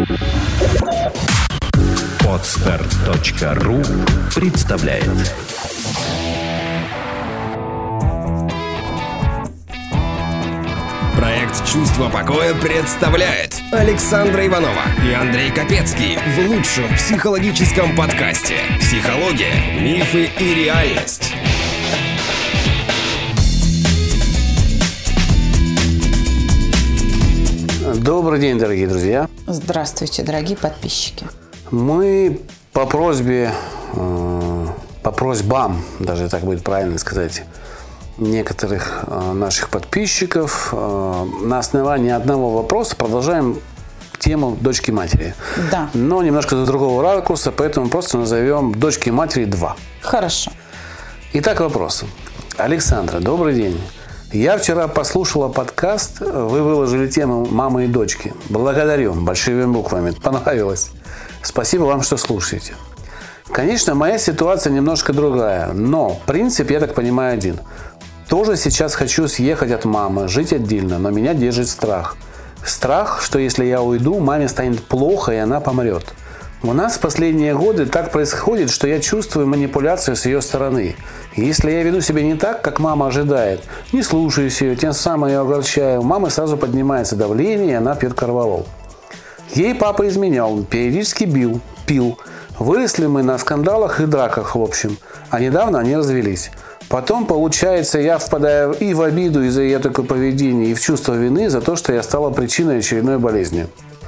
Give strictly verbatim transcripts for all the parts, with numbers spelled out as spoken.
Подстер точка ру представляет. Проект «Чувство покоя» представляет Александра Иванова и Андрей Капецкий в лучшем психологическом подкасте «Психология, мифы и реальность». Добрый день, дорогие друзья. Здравствуйте, дорогие подписчики. Мы по просьбе, по просьбам, даже так будет правильно сказать, некоторых наших подписчиков, на основании одного вопроса продолжаем тему дочки матери. Да. Но немножко с другого ракурса, поэтому просто назовем дочки матери два. Хорошо. Итак, вопрос. Александра, добрый день. Я вчера послушала подкаст, вы выложили тему «Мамы и дочки». Благодарю, большими буквами, понравилось. Спасибо вам, что слушаете. Конечно, моя ситуация немножко другая, но принцип, я так понимаю, один. Тоже сейчас хочу съехать от мамы, жить отдельно, но меня держит страх. Страх, что если я уйду, маме станет плохо и она помрет. У нас в последние годы так происходит, что я чувствую манипуляцию с ее стороны. И если я веду себя не так, как мама ожидает, не слушаюсь ее, тем самым ее огорчаю, у мамы сразу поднимается давление, и она пьет корвалол. Ей папа изменял, периодически бил, пил. Выросли мы на скандалах и драках, в общем. А недавно они развелись. Потом, получается, я впадаю и в обиду из-за ее такого поведения, и в чувство вины за то, что я стала причиной очередной болезни.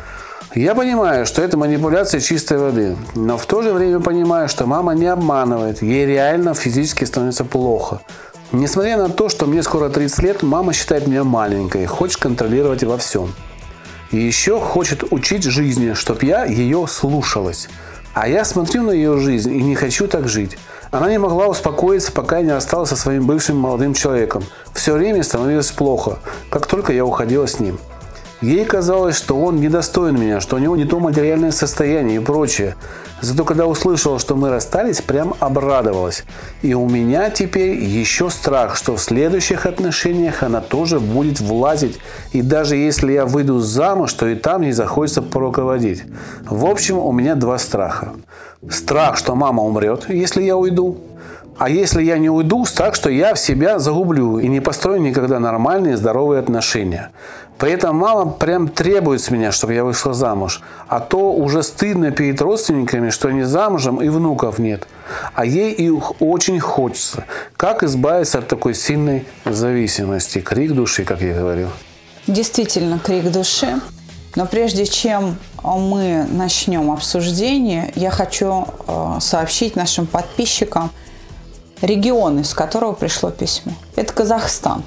Я понимаю, что это манипуляция чистой воды, но в то же время понимаю, что мама не обманывает, ей реально физически становится плохо. Несмотря на то, что мне скоро тридцать лет, мама считает меня маленькой, хочет контролировать во всем. И еще хочет учить жизни, чтоб я ее слушалась. А я смотрю на ее жизнь и не хочу так жить. Она не могла успокоиться, пока я не рассталась со своим бывшим молодым человеком. Все время становилось плохо, как только я уходила с ним. Ей казалось, что он недостоин меня, что у него не то материальное состояние и прочее. Зато когда услышала, что мы расстались, прям обрадовалась. И у меня теперь еще страх, что в следующих отношениях она тоже будет влазить. И даже если я выйду замуж, то и там ей захочется поруководить. В общем, у меня два страха. Страх, что мама умрет, если я уйду. А если я не уйду, страх, что я в себя загублю и не построю никогда нормальные здоровые отношения. При этом мама прям требует с меня, чтобы я вышла замуж. А то уже стыдно перед родственниками, что они замужем и внуков нет. А ей их очень хочется. Как избавиться от такой сильной зависимости? Крик души, как я говорю. Действительно, крик души. Но прежде чем мы начнем обсуждение, я хочу сообщить нашим подписчикам регион, из которого пришло письмо. Это Казахстан.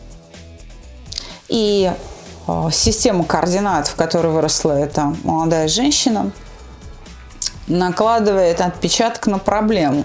И система координат, в которой выросла эта молодая женщина, накладывает отпечаток на проблему.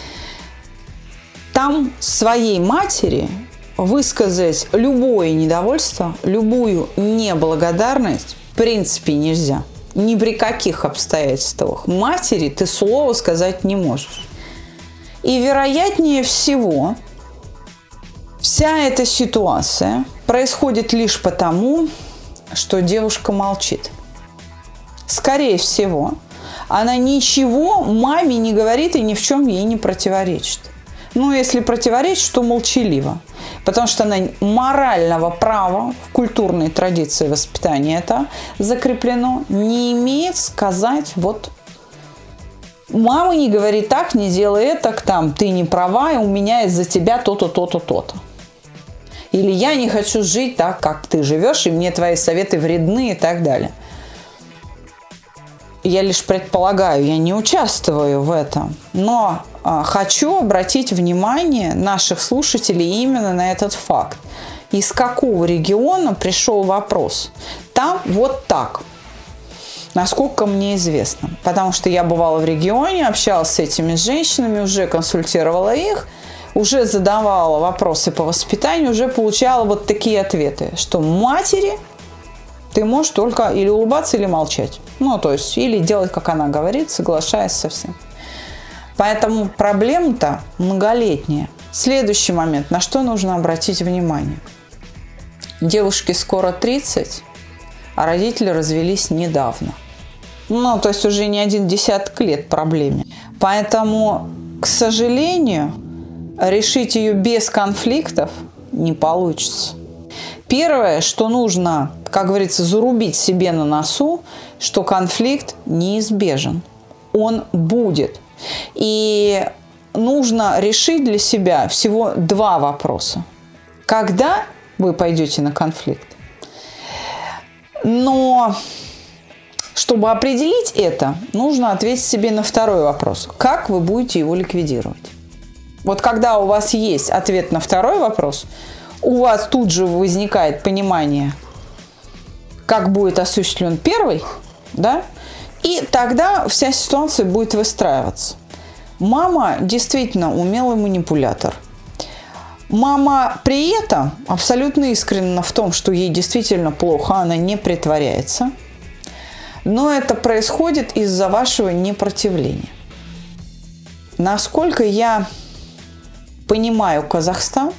Там своей матери высказать любое недовольство, любую неблагодарность в принципе нельзя. Ни при каких обстоятельствах. Матери ты слова сказать не можешь. И вероятнее всего, вся эта ситуация происходит лишь потому, что девушка молчит. Скорее всего, она ничего маме не говорит и ни в чем ей не противоречит. Ну, если противоречит, то молчаливо. Потому что она морального права, в культурной традиции воспитания это закреплено, не имеет сказать вот мама не говори так, не делай это, там, ты не права, и у меня из-за тебя то-то, то-то, то-то. Или я не хочу жить так, как ты живешь, и мне твои советы вредны и так далее. Я лишь предполагаю, я не участвую в этом, но а, хочу обратить внимание наших слушателей именно на этот факт. Из какого региона пришел вопрос? Там вот так. Насколько мне известно. Потому что я бывала в регионе, общалась с этими женщинами, уже консультировала их, уже задавала вопросы по воспитанию, уже получала вот такие ответы, что матери ты можешь только или улыбаться, или молчать. Ну, то есть, или делать, как она говорит, соглашаясь со всем. Поэтому проблема-то многолетняя. Следующий момент, на что нужно обратить внимание. Девушке скоро тридцать, а родители развелись недавно. Ну, то есть уже не один десяток лет проблеме. Поэтому, к сожалению, решить ее без конфликтов не получится. Первое, что нужно, как говорится, зарубить себе на носу, что конфликт неизбежен. Он будет. И нужно решить для себя всего два вопроса. Когда вы пойдете на конфликт? Но чтобы определить это, нужно ответить себе на второй вопрос. Как вы будете его ликвидировать? Вот когда у вас есть ответ на второй вопрос, у вас тут же возникает понимание, как будет осуществлен первый, да? И тогда вся ситуация будет выстраиваться. Мама действительно умелый манипулятор. Мама при этом абсолютно искренна в том, что ей действительно плохо, она не притворяется. Но это происходит из-за вашего непротивления. Насколько я понимаю Казахстан,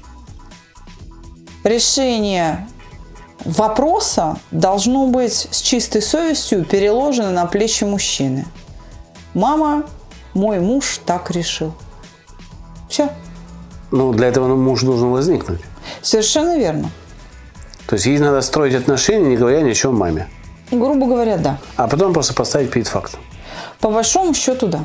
решение вопроса должно быть с чистой совестью переложено на плечи мужчины. Мама, мой муж так решил. Все. Ну, для этого муж должен возникнуть. Совершенно верно. То есть ей надо строить отношения, не говоря ни о чем маме. Грубо говоря, да. А потом просто поставить перед фактом. По большому счету, да.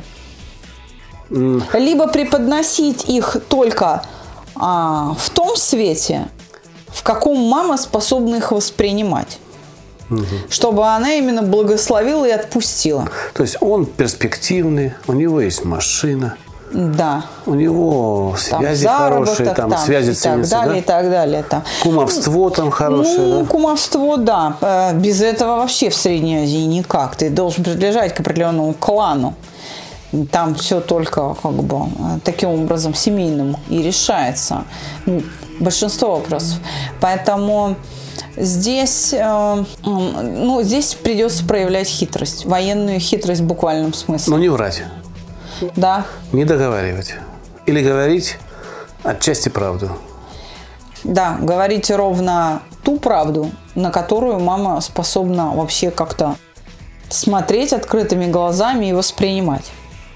Mm. Либо преподносить их только а, в том свете, в каком мама способна их воспринимать. Угу. Чтобы она именно благословила и отпустила. То есть он перспективный, у него есть машина. Да. У него связи там хорошие, там, там связи ценятся, и так далее, да? и так далее. Там. Кумовство там хорошее, ну, да? Кумовство, да. Без этого вообще в Средней Азии никак. Ты должен принадлежать к определенному клану. Там все только как бы таким образом семейным и решается. Ну, большинство вопросов. Поэтому здесь, э, ну, здесь придется проявлять хитрость. Военную хитрость в буквальном смысле. Но не врать. Да. Не договаривать. Или говорить отчасти правду. Да, говорить ровно ту правду, на которую мама способна вообще как-то смотреть открытыми глазами и воспринимать.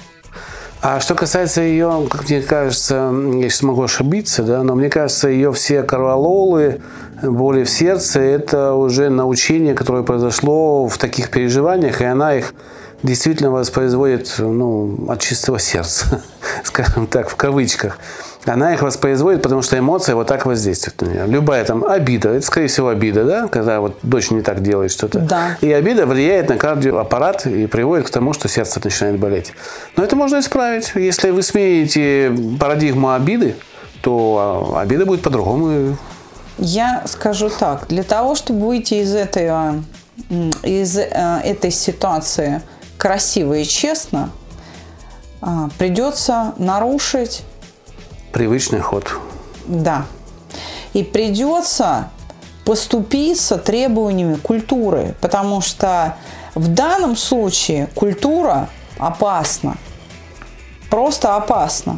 А что касается ее, как мне кажется, я сейчас могу ошибиться, да, но мне кажется, ее все корвалолы, боли в сердце, это уже научение, которое произошло в таких переживаниях, и она их действительно воспроизводит, ну, от чистого сердца, скажем так, в кавычках. Она их воспроизводит, потому что эмоция вот так воздействует на нее. Любая там обида, это, скорее всего, обида, да, когда вот дочь не так делает что-то. Да. И обида влияет на кардиоаппарат и приводит к тому, что сердце начинает болеть. Но это можно исправить. Если вы смените парадигму обиды, то обида будет по-другому. Я скажу так. Для того, чтобы выйти из этой, из этой ситуации красиво и честно, придется нарушить привычный ход. Да. И придется поступиться требованиями культуры, потому что в данном случае культура опасна. Просто опасна.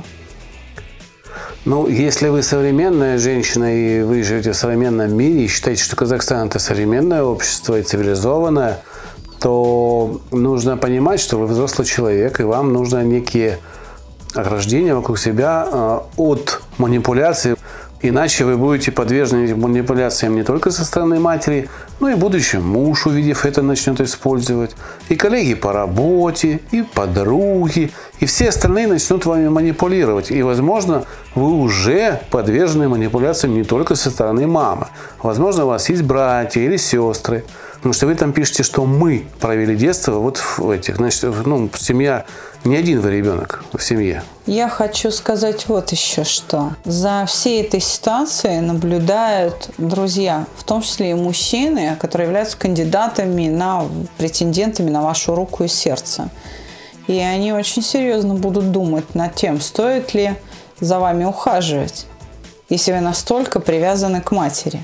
Ну, если вы современная женщина и вы живете в современном мире и считаете, что Казахстан – это современное общество и цивилизованное, то нужно понимать, что вы взрослый человек, и вам нужно некие ограждения вокруг себя э, от манипуляций. Иначе вы будете подвержены манипуляциям не только со стороны матери, но и будущий муж, увидев это, начнет использовать. И коллеги по работе, и подруги, и все остальные начнут вами манипулировать. И, возможно, вы уже подвержены манипуляциям не только со стороны мамы. Возможно, у вас есть братья или сестры. Потому что вы там пишете, что мы провели детство вот в этих. Значит, ну, семья, не один вы ребенок в семье. Я хочу сказать вот еще что. За всей этой ситуацией наблюдают друзья, в том числе и мужчины, которые являются кандидатами на претендентами на вашу руку и сердце. И они очень серьезно будут думать над тем, стоит ли за вами ухаживать, если вы настолько привязаны к матери.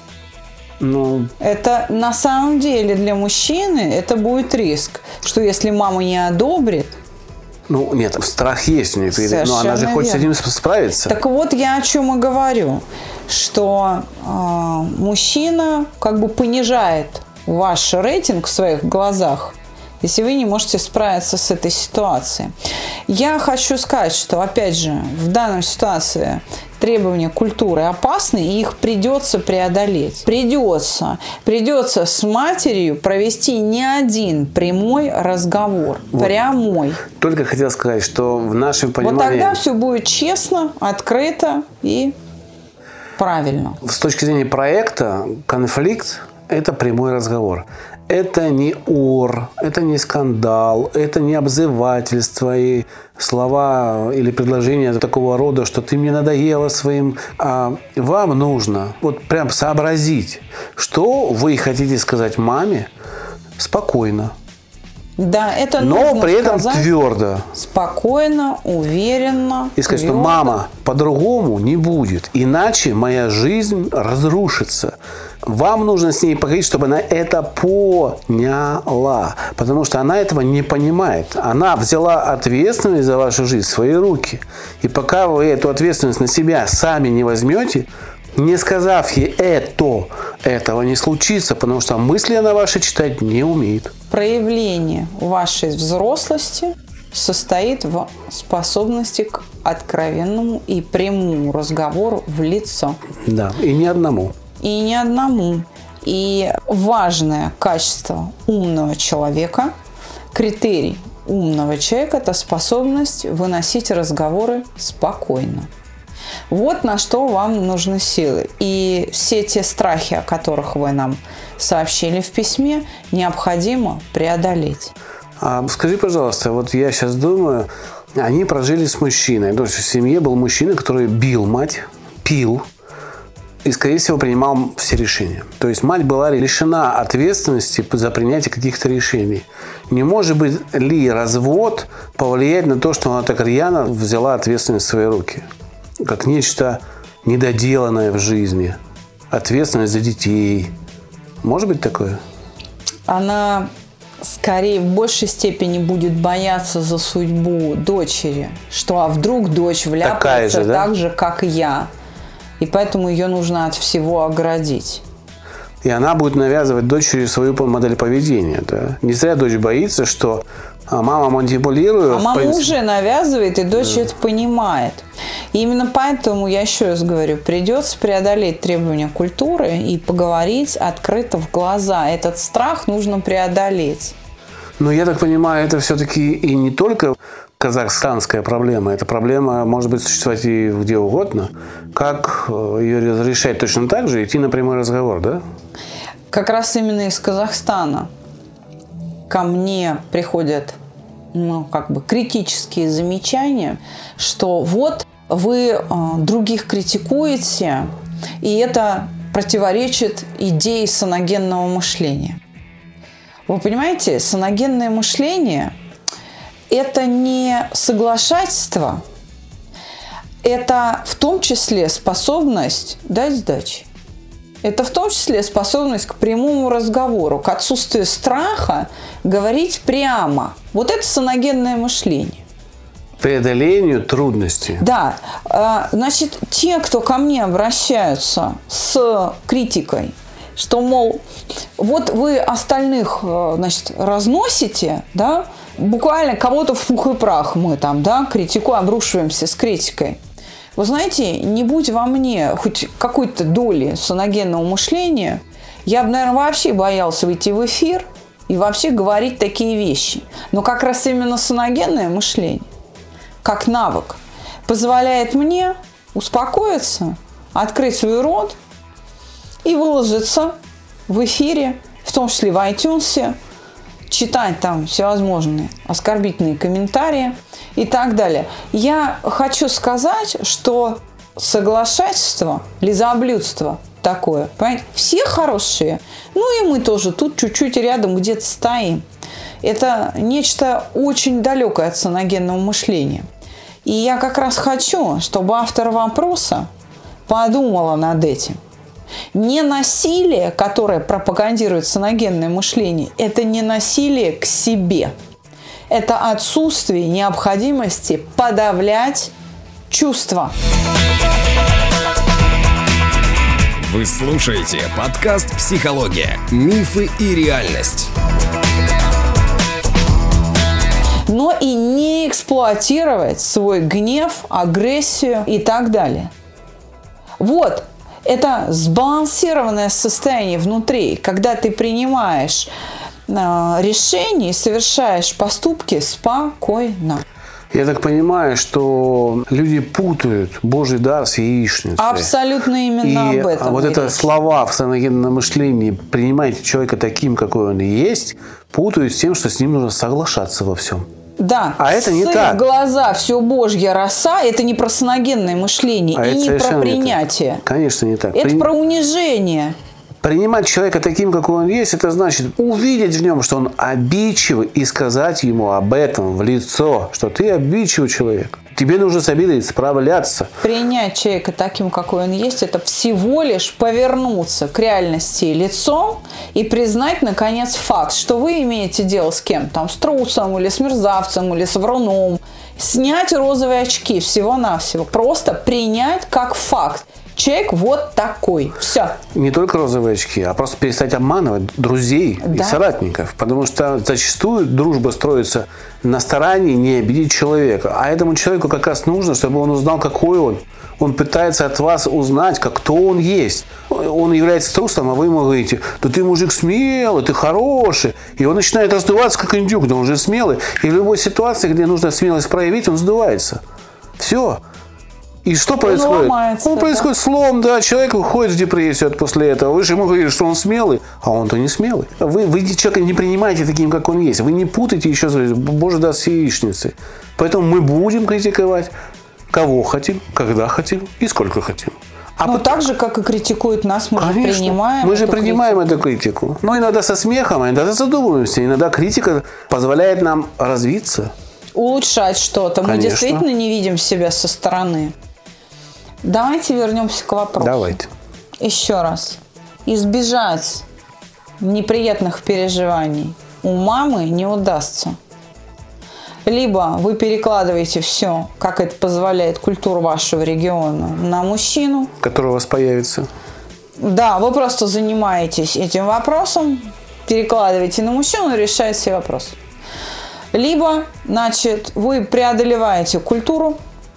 Ну, это на самом деле для мужчины это будет риск, что если мама не одобрит. Ну, нет, страх есть у нее, но она же хочет верно. с этим справиться. Так вот, я о чем и говорю, что э, мужчина как бы понижает ваш рейтинг в своих глазах если вы не можете справиться с этой ситуацией. Я хочу сказать, что, опять же, в данной ситуации требования культуры опасны, и их придется преодолеть. Придется. Придется с матерью провести не один прямой разговор. Вот. Прямой. Только хотел сказать, что в нашем понимании... Вот тогда все будет честно, открыто и правильно. С точки зрения проекта, конфликт – это прямой разговор. Это не ор, это не скандал, это не обзывательство и слова или предложения такого рода, что ты мне надоела своим. А вам нужно вот прям сообразить, что вы хотите сказать маме спокойно. Да, это но нужно при этом сказать твердо. Спокойно, уверенно. И сказать, твердо. что мама, по-другому не будет. Иначе моя жизнь разрушится. Вам нужно с ней поговорить, чтобы она это поняла. Потому что она этого не понимает. Она взяла ответственность за вашу жизнь в свои руки. И пока вы эту ответственность на себя сами не возьмете, не сказав ей это, этого не случится, потому что мысли она ваши читать не умеет. Проявление вашей взрослости состоит в способности к откровенному и прямому разговору в лицо. Да, и не одному. И не одному. И важное качество умного человека, критерий умного человека – это способность выносить разговоры спокойно. Вот на что вам нужны силы. И все те страхи, о которых вы нам сообщили в письме, необходимо преодолеть. А скажи, пожалуйста, вот я сейчас думаю, они прожили с мужчиной. То есть в семье был мужчина, который бил мать, пил и, скорее всего, принимал все решения. То есть мать была лишена ответственности за принятие каких-то решений. Не может быть ли развод повлиять на то, что она так рьяно взяла ответственность в свои руки? Как нечто недоделанное в жизни. Ответственность за детей. Может быть такое? Она скорее в большей степени будет бояться за судьбу дочери. Что а вдруг дочь вляпается же, да? так же, как и я. И поэтому ее нужно от всего оградить. И она будет навязывать дочери свою модель поведения. Да? Не зря дочь боится, что мама манипулирует. А мама принципе... уже навязывает, и дочь да. это понимает. И именно поэтому, я еще раз говорю, придется преодолеть требования культуры и поговорить открыто в глаза. Этот страх нужно преодолеть. Но я так понимаю, это все-таки и не только казахстанская проблема. Эта проблема может быть существовать и где угодно. Как ее разрешать? Точно так же идти на прямой разговор, да? Как раз именно из Казахстана ко мне приходят ну, как бы критические замечания, что вот вы э, других критикуете, и это противоречит идее саногенного мышления. Вы понимаете, саногенное мышление – это не соглашательство, это в том числе способность дать сдачи. Это в том числе способность к прямому разговору, к отсутствию страха говорить прямо. Вот это саногенное мышление. Преодолению трудностей. Да. Значит, те, кто ко мне обращаются с критикой, что, мол, вот вы остальных, значит, разносите, да, буквально кого-то в пух и прах мы там, да, критикуем, обрушиваемся с критикой. Вы знаете, не будь во мне хоть какой-то доли саногенного мышления, я бы, наверное, вообще боялся выйти в эфир и вообще говорить такие вещи. Но как раз именно саногенное мышление, как навык, позволяет мне успокоиться, открыть свой рот и выложиться в эфире, в том числе в iTunes, читать там всевозможные оскорбительные комментарии и так далее. Я хочу сказать, что соглашательство, лизоблюдство такое, понимаете, все хорошие, ну и мы тоже тут чуть-чуть рядом где-то стоим. Это нечто очень далекое от саногенного мышления. И я как раз хочу, чтобы автор вопроса подумала над этим. Не насилие, которое пропагандирует саногенное мышление, это не насилие к себе. Это отсутствие необходимости подавлять чувства. Вы слушаете подкаст «Психология. Мифы и реальность». эксплуатировать свой гнев, агрессию и так далее. Вот. Это сбалансированное состояние внутри, когда ты принимаешь э, решения и совершаешь поступки спокойно. Я так понимаю, что люди путают Божий дар с яичницей. Абсолютно именно и об этом. Вот это речь. слова в саногенном мышлении «принимайте человека таким, какой он и есть», путают с тем, что с ним нужно соглашаться во всем. Да, а это не так. В глаза все Божья роса, это не про саногенное мышление а и не про принятие. Не Конечно, не так. Это При... про унижение. Принимать человека таким, какой он есть, это значит увидеть в нем, что он обидчивый, и сказать ему об этом в лицо, что ты обидчивый человек. Тебе нужно с обидой справляться. Принять человека таким, какой он есть, это всего лишь повернуться к реальности лицом и признать, наконец, факт, что вы имеете дело с кем? Там, с трусом, или с мерзавцем, или с вруном. Снять розовые очки всего-навсего. Просто принять как факт. Человек вот такой. Все. Не только розовые очки, а просто перестать обманывать друзей да. и соратников. Потому что зачастую дружба строится на старании не обидеть человека. А этому человеку как раз нужно, чтобы он узнал, какой он. Он пытается от вас узнать, как кто он есть. Он является трусом, а вы ему говорите: да ты мужик смелый, ты хороший. И он начинает раздуваться, как индюк, да он же смелый. И в любой ситуации, где нужно смелость проявить, он сдувается. Все. И что он происходит? Ломается, ну, происходит да. слом, да, человек выходит в депрессию после этого. Вы же ему говорите, что он смелый, а он-то не смелый. Вы, вы человека не принимаете таким, как он есть. Вы не путаете еще, Боже даст, с яичницей. Поэтому мы будем критиковать кого хотим, когда хотим и сколько хотим. А ну, потом... так же, как и критикуют нас, мы Конечно. же принимаем Мы же эту принимаем критику. эту критику. Но иногда со смехом, а иногда задумываемся. Иногда критика позволяет нам развиться. Улучшать что-то. Мы Конечно. действительно не видим себя со стороны. Давайте вернемся к вопросу. Давайте. Еще раз. Избежать неприятных переживаний у мамы не удастся. Либо вы перекладываете все, как это позволяет культура вашего региона, на мужчину. Который у вас появится. Да, вы просто занимаетесь этим вопросом, перекладываете на мужчину и решаете все вопросы. Либо, значит, вы преодолеваете культуру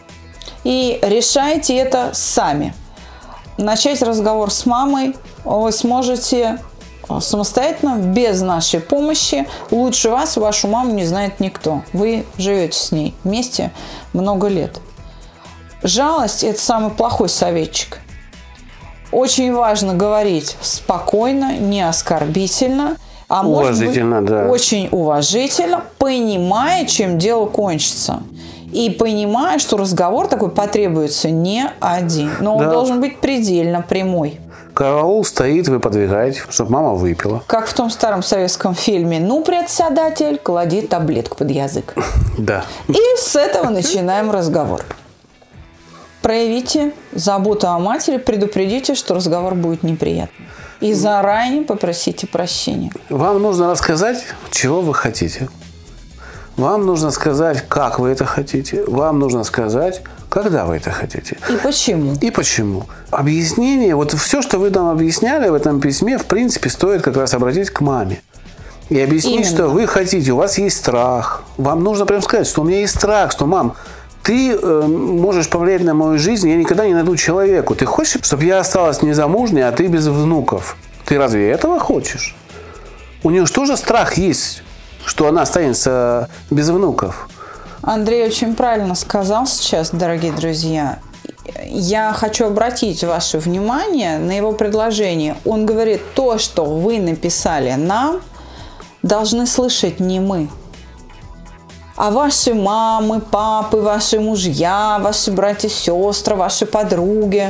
и решаете это сами. Начать разговор с мамой вы сможете самостоятельно, без нашей помощи. Лучше вас, вашу маму не знает никто. Вы живете с ней вместе много лет. Жалость – это самый плохой советчик. Очень важно говорить спокойно, не оскорбительно, а уважительно, может быть, да. очень уважительно, понимая, чем дело кончится. И понимая, что разговор такой потребуется не один. Но да. он должен быть предельно прямой. Караул стоит, вы подвигаете, чтобы мама выпила. Как в том старом советском фильме «Ну, председатель, клади таблетку под язык». Да. И с этого начинаем разговор. Проявите заботу о матери, предупредите, что разговор будет неприятным. И заранее попросите прощения. Вам нужно рассказать, чего вы хотите. Вам нужно сказать, как вы это хотите. Вам нужно сказать, когда вы это хотите. И почему. И почему. Объяснение, вот все, что вы нам объясняли в этом письме, в принципе, стоит как раз обратить к маме. И объяснить, Именно. что вы хотите, у вас есть страх. Вам нужно прям сказать, что у меня есть страх, что, мам, ты э, можешь повлиять на мою жизнь, я никогда не найду человеку. Ты хочешь, чтобы я осталась незамужней, а ты без внуков? Ты разве этого хочешь? У нее же тоже страх есть, что она останется без внуков. Андрей очень правильно сказал сейчас, дорогие друзья. Я хочу обратить ваше внимание на его предложение. Он говорит, то, что вы написали нам, должны слышать не мы, а ваши мамы, папы, ваши мужья, ваши братья, сестры, ваши подруги.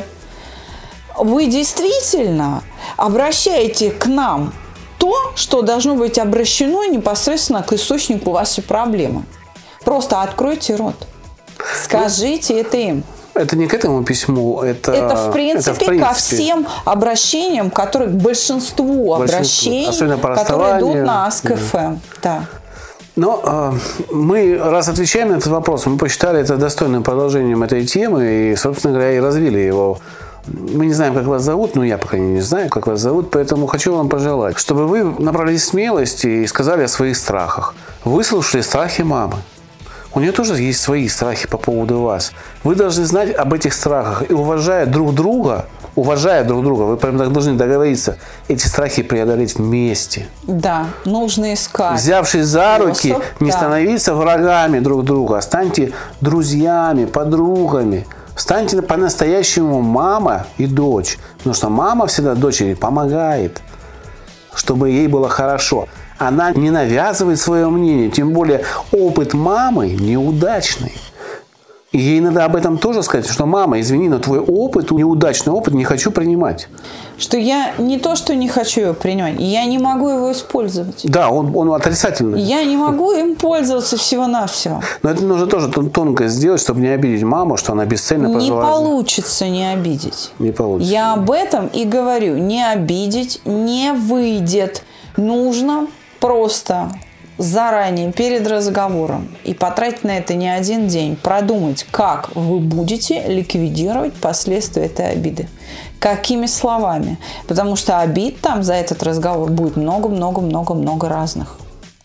Вы действительно обращаете к нам то, что должно быть обращено непосредственно к источнику вашей проблемы. Просто откройте рот. Скажите это им. Это не к этому письму, это, Это, в принципе, это в принципе ко всем обращениям, которые, к большинству обращений, которые идут на АСК.ФМ. Да. Но э, мы, раз отвечаем на этот вопрос, мы посчитали это достойным продолжением этой темы и, собственно говоря, и развили его. Мы не знаем, как вас зовут, но я пока не знаю, как вас зовут, поэтому хочу вам пожелать, чтобы вы набрались смелости и сказали о своих страхах. Выслушали страхи мамы. У нее тоже есть свои страхи по поводу вас. Вы должны знать об этих страхах и, уважая друг друга, уважая друг друга, вы прям должны договориться, эти страхи преодолеть вместе. Да, нужно искать. Взявшись за руки, способ, не да. становиться врагами друг друга, а станьте друзьями, подругами. Станьте по-настоящему мама и дочь. Потому что мама всегда дочери помогает, чтобы ей было хорошо. Она не навязывает свое мнение, тем более опыт мамы неудачный. И ей надо об этом тоже сказать, что мама, извини, но твой опыт, неудачный опыт, не хочу принимать. Что я не то, что не хочу его принимать, я не могу его использовать. Да, он, он отрицательный. Я не могу им пользоваться всего-навсего. Но это нужно тоже тонко сделать, чтобы не обидеть маму, что она бесцельно Не прожила. получится не обидеть. Не получится. Я об этом и говорю. Не обидеть не выйдет. Нужно просто заранее, перед разговором, и потратить на это не один день, продумать, как вы будете ликвидировать последствия этой обиды. Какими словами. Потому что обид там за этот разговор будет много-много-много-много разных.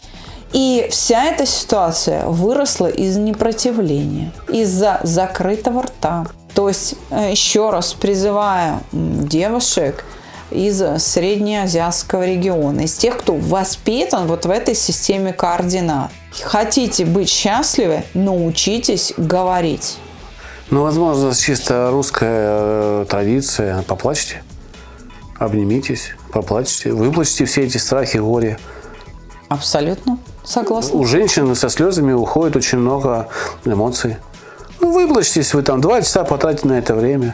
И вся эта ситуация выросла из непротивления, из-за закрытого рта. То есть, еще раз призываю девушек из среднеазиатского региона, из тех, кто воспитан вот в этой системе координат. Хотите быть счастливы, научитесь говорить. Ну, возможно, чисто русская традиция. Поплачьте, обнимитесь, поплачьте, выплачьте все эти страхи, горе. Абсолютно согласна. У женщин со слезами уходит очень много эмоций. Ну, выплачьтесь, вы там два часа потратите на это время.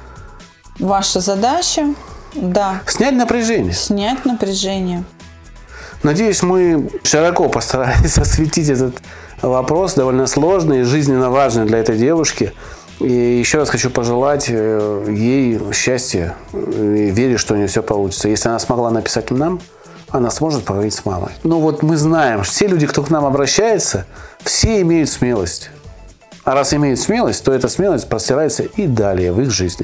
Ваша задача, да. Снять напряжение. Снять напряжение. Надеюсь, мы широко постарались осветить этот вопрос, довольно сложный и жизненно важный для этой девушки. И еще раз хочу пожелать ей счастья и верить, что у нее все получится. Если она смогла написать нам, она сможет поговорить с мамой. Ну вот мы знаем, все люди, кто к нам обращается, все имеют смелость. А раз имеют смелость, то эта смелость простирается и далее в их жизни.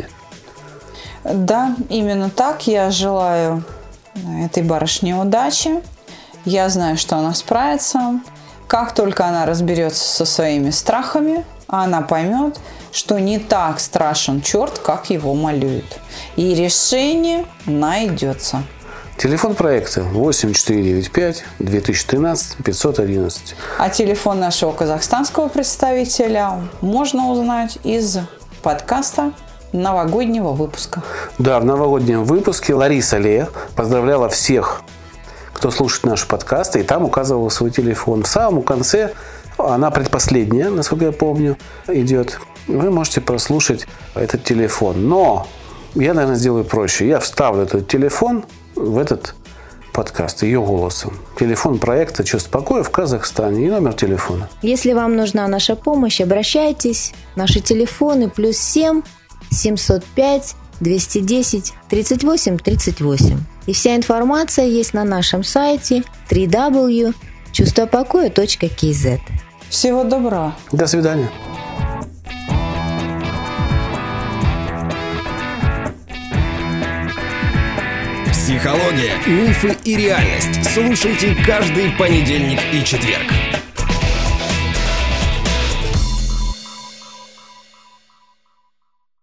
Да, именно так. Я желаю этой барышне удачи. Я знаю, что она справится. Как только она разберется со своими страхами, она поймет, что не так страшен черт, как его малюют. И решение найдется. Телефон проекта восемь четыре девять пять две тысячи тринадцать пятьсот одиннадцать. А телефон нашего казахстанского представителя можно узнать из подкаста новогоднего выпуска. Да, в новогоднем выпуске Лариса Ле поздравляла всех, кто слушает наши подкасты, и там указывала свой телефон. В самом конце, она предпоследняя, насколько я помню, идет. Вы можете прослушать этот телефон. Но я, наверное, сделаю проще. Я вставлю этот телефон в этот подкаст ее голосом. Телефон проекта «Чувство покоя» в Казахстане и номер телефона. Если вам нужна наша помощь, обращайтесь. Наши телефоны плюс семь семьсот пять двести десять тридцать восемь тридцать восемь. И вся информация есть на нашем сайте дабл ю дабл ю дабл ю точка чувство покоя точка кей зет. Всего доброго. До свидания. Психология, мифы и реальность. Слушайте каждый понедельник и четверг.